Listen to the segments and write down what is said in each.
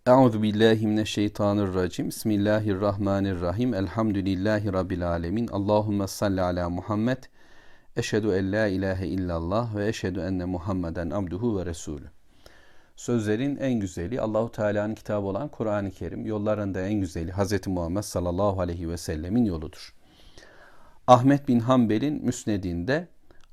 Euzu billahi mineşşeytanirracim. Bismillahirrahmanirrahim. Elhamdülillahi rabbil alamin. Allahumme salli ala Muhammed. Eşhedü en la ilahe illallah ve eşhedü enne Muhammeden abduhu ve resulü. Sözlerin en güzeli Allahu Teala'nın kitabı olan Kur'an-ı Kerim. Yolların da en güzeli Hz. Muhammed sallallahu aleyhi ve sellemin yoludur. Ahmet bin Hanbel'in Müsned'inde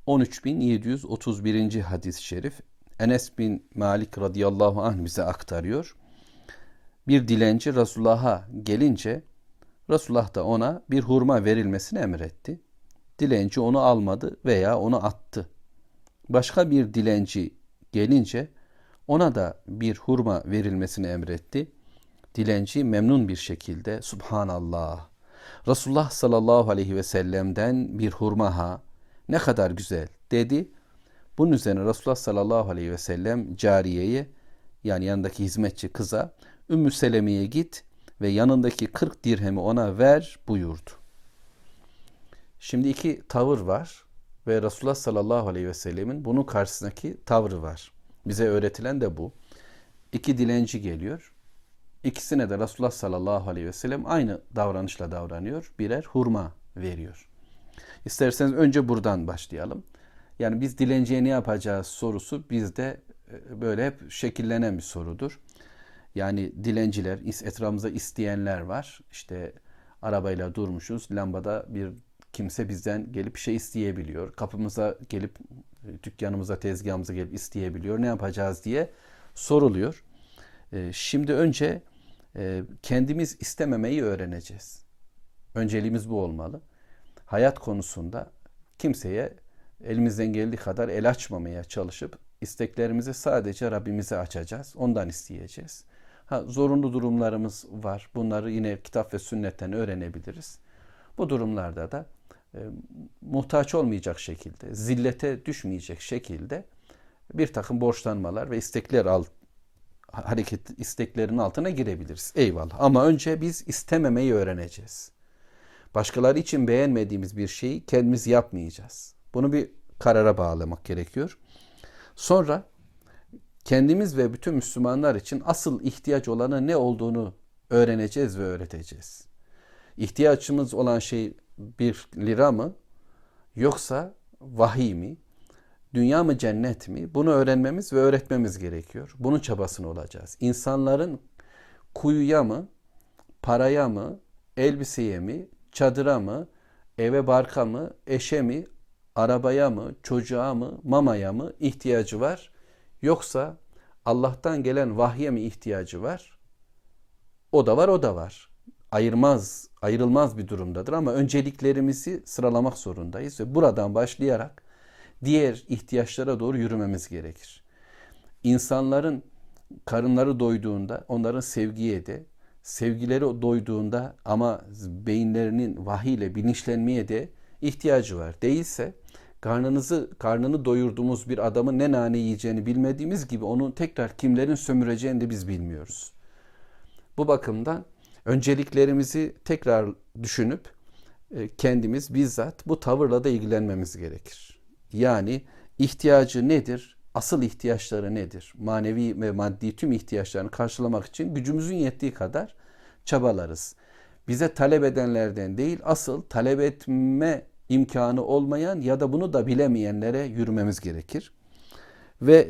13731. hadis-i şerif Enes bin Malik radıyallahu anh bize aktarıyor. Bir dilenci Resulullah'a gelince Resulullah da ona bir hurma verilmesini emretti. Dilenci onu almadı veya onu attı. Başka bir dilenci gelince ona da bir hurma verilmesini emretti. Dilenci memnun bir şekilde Subhanallah, Resulullah sallallahu aleyhi ve sellem'den bir hurma ha, ne kadar güzel dedi. Bunun üzerine Resulullah sallallahu aleyhi ve sellem cariyeye, yani yanındaki hizmetçi kıza, Ümmü Seleme'ye git ve yanındaki 40 dirhemi ona ver buyurdu. Şimdi iki tavır var ve Resulullah sallallahu aleyhi ve sellemin bunun karşısındaki tavrı var. Bize öğretilen de bu. İki dilenci geliyor. İkisine de Resulullah sallallahu aleyhi ve sellem aynı davranışla davranıyor. Birer hurma veriyor. İsterseniz önce buradan başlayalım. Yani biz dilenciye ne yapacağız sorusu bizde böyle hep şekillenen bir sorudur. Yani dilenciler, etrafımızda isteyenler var. İşte arabayla durmuşuz, lambada bir kimse bizden gelip bir şey isteyebiliyor. Kapımıza gelip, dükkanımıza, tezgahımıza gelip isteyebiliyor. Ne yapacağız diye soruluyor. Şimdi önce kendimiz istememeyi öğreneceğiz. Önceliğimiz bu olmalı. Hayat konusunda kimseye elimizden geldiği kadar el açmamaya çalışıp isteklerimizi sadece Rabbimize açacağız. Ondan isteyeceğiz. Zorunlu durumlarımız var. Bunları yine kitap ve sünnetten öğrenebiliriz. Bu durumlarda da muhtaç olmayacak şekilde, zillete düşmeyecek şekilde bir takım borçlanmalar ve isteklerin altına girebiliriz. Eyvallah. Ama önce biz istememeyi öğreneceğiz. Başkaları için beğenmediğimiz bir şeyi kendimiz yapmayacağız. Bunu bir karara bağlamak gerekiyor. Sonra kendimiz ve bütün Müslümanlar için asıl ihtiyaç olanı ne olduğunu öğreneceğiz ve öğreteceğiz. İhtiyacımız olan şey 1 lira mı? Yoksa vahiy mi? Dünya mı cennet mi? Bunu öğrenmemiz ve öğretmemiz gerekiyor. Bunun çabasını olacağız. İnsanların kuyuya mı, paraya mı, elbiseye mi, çadıra mı, eve barka mı, eşe mi, arabaya mı, çocuğa mı, mamaya mı ihtiyacı var? Yoksa Allah'tan gelen vahye mi ihtiyacı var? O da var, o da var. Ayrılmaz bir durumdadır ama önceliklerimizi sıralamak zorundayız ve buradan başlayarak diğer ihtiyaçlara doğru yürümemiz gerekir. İnsanların karınları doyduğunda onların sevgileri doyduğunda ama beyinlerinin vahiy ile bilinçlenmeye de ihtiyacı var. Değilse karnını doyurduğumuz bir adamın ne nane yiyeceğini bilmediğimiz gibi onu tekrar kimlerin sömüreceğini de biz bilmiyoruz. Bu bakımdan önceliklerimizi tekrar düşünüp kendimiz bizzat bu tavırla da ilgilenmemiz gerekir. Yani ihtiyacı nedir? Asıl ihtiyaçları nedir? Manevi ve maddi tüm ihtiyaçlarını karşılamak için gücümüzün yettiği kadar çabalarız. Bize talep edenlerden değil, asıl talep etme imkanı olmayan ya da bunu da bilemeyenlere yürümemiz gerekir. Ve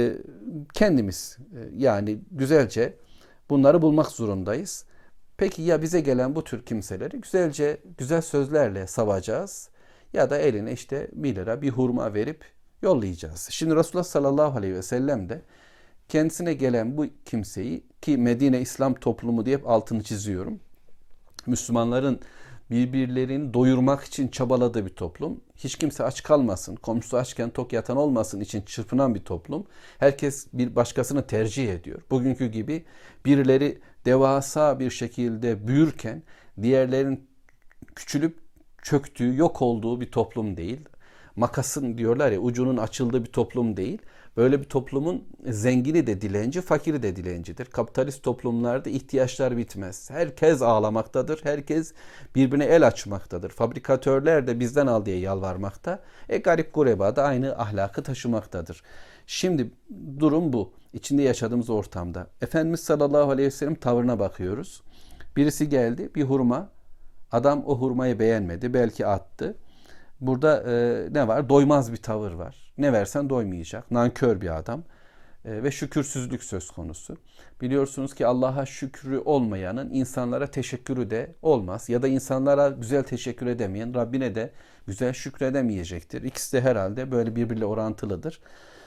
kendimiz yani güzelce bunları bulmak zorundayız. Peki ya bize gelen bu tür kimseleri güzel sözlerle savacağız ya da eline işte 1 lira bir hurma verip yollayacağız. Şimdi Resulullah sallallahu aleyhi ve sellem de kendisine gelen bu kimseyi, ki Medine İslam toplumu diye altını çiziyorum, Müslümanların birbirlerini doyurmak için çabaladığı bir toplum. Hiç kimse aç kalmasın, komşusu açken tok yatan olmasın için çırpınan bir toplum. Herkes bir başkasını tercih ediyor. Bugünkü gibi birileri devasa bir şekilde büyürken diğerlerin küçülüp çöktüğü, yok olduğu bir toplum değil. Makasın diyorlar ya, ucunun açıldığı bir toplum değil. Böyle bir toplumun zengini de dilenci, fakiri de dilencidir. Kapitalist toplumlarda ihtiyaçlar bitmez. Herkes ağlamaktadır. Herkes birbirine el açmaktadır. Fabrikatörler de bizden al diye yalvarmakta. Garip gureba da aynı ahlakı taşımaktadır. Şimdi durum bu. İçinde yaşadığımız ortamda. Efendimiz sallallahu aleyhi ve sellem tavırına bakıyoruz. Birisi geldi, bir hurma. Adam o hurmayı beğenmedi. Belki attı. Burada ne var? Doymaz bir tavır var. Ne versen doymayacak. Nankör bir adam. Ve şükürsüzlük söz konusu. Biliyorsunuz ki Allah'a şükrü olmayanın insanlara teşekkürü de olmaz. Ya da insanlara güzel teşekkür edemeyen Rabbine de güzel şükredemeyecektir. İkisi de herhalde böyle birbiriyle orantılıdır.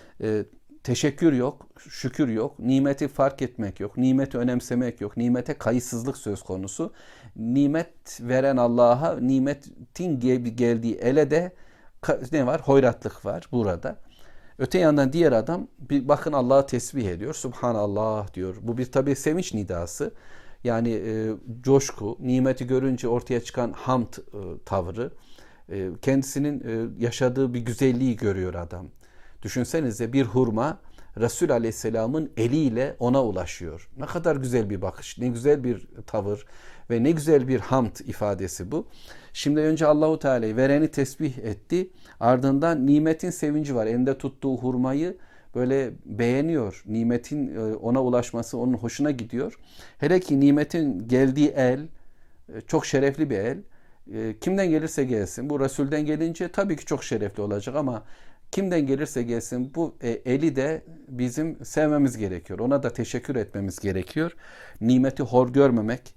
Teşekkür yok, şükür yok, nimeti fark etmek yok, nimeti önemsemek yok, nimete kayıtsızlık söz konusu. Nimet veren Allah'a, nimetin geldiği ele de ne var? Hoyratlık var burada. Öte yandan diğer adam bir bakın Allah'ı tesbih ediyor. Subhanallah diyor. Bu bir tabi sevinç nidası. Yani coşku, nimeti görünce ortaya çıkan hamd tavrı. Kendisinin yaşadığı bir güzelliği görüyor adam. Düşünsenize bir hurma Resul Aleyhisselam'ın eliyle ona ulaşıyor. Ne kadar güzel bir bakış, ne güzel bir tavır ve ne güzel bir hamd ifadesi bu. Şimdi önce Allahu Teala'yı vereni tesbih etti. Ardından nimetin sevinci var. Elinde tuttuğu hurmayı böyle beğeniyor. Nimetin ona ulaşması onun hoşuna gidiyor. Hele ki nimetin geldiği el çok şerefli bir el. Kimden gelirse gelsin. Bu Resul'den gelince tabii ki çok şerefli olacak ama kimden gelirse gelsin bu eli de bizim sevmemiz gerekiyor. Ona da teşekkür etmemiz gerekiyor. Nimeti hor görmemek,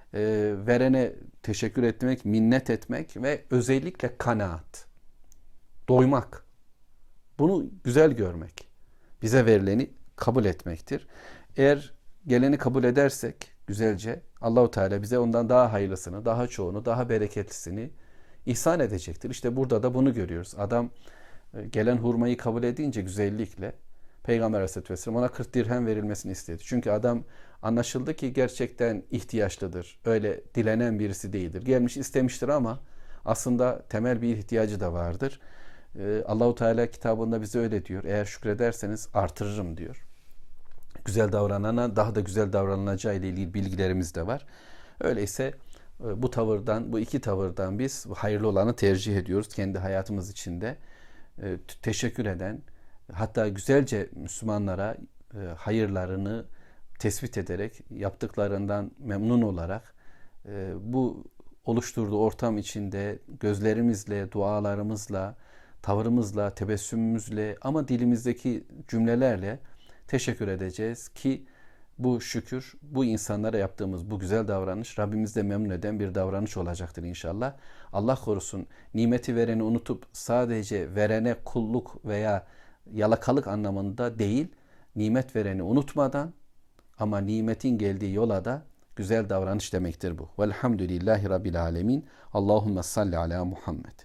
verene teşekkür etmek, minnet etmek ve özellikle kanaat, doymak. Bunu güzel görmek, bize verileni kabul etmektir. Eğer geleni kabul edersek güzelce Allahu Teala bize ondan daha hayırlısını, daha çoğunu, daha bereketlisini ihsan edecektir. İşte burada da bunu görüyoruz. Adam gelen hurmayı kabul edince güzellikle Peygamber Aleyhisselatü Vesselam ona 40 dirhem verilmesini istedi. Çünkü adam anlaşıldı ki gerçekten ihtiyaçlıdır. Öyle dilenen birisi değildir. Gelmiş istemiştir ama aslında temel bir ihtiyacı da vardır. Allahu Teala kitabında bize öyle diyor. Eğer şükrederseniz artırırım diyor. Güzel davranana daha da güzel davranılacağı ile ilgili bilgilerimiz de var. Öyleyse bu tavırdan, bu iki tavırdan biz hayırlı olanı tercih ediyoruz kendi hayatımız içinde. Teşekkür eden, hatta güzelce Müslümanlara hayırlarını tespit ederek, yaptıklarından memnun olarak bu oluşturduğu ortam içinde gözlerimizle, dualarımızla, tavırımızla, tebessümümüzle ama dilimizdeki cümlelerle teşekkür edeceğiz ki bu şükür, bu insanlara yaptığımız bu güzel davranış Rabbimizi de memnun eden bir davranış olacaktır inşallah. Allah korusun nimeti vereni unutup sadece verene kulluk veya yalakalık anlamında değil, nimet vereni unutmadan ama nimetin geldiği yola da güzel davranış demektir bu. Velhamdülillahi Rabbil Alemin. Allahümme salli ala Muhammed.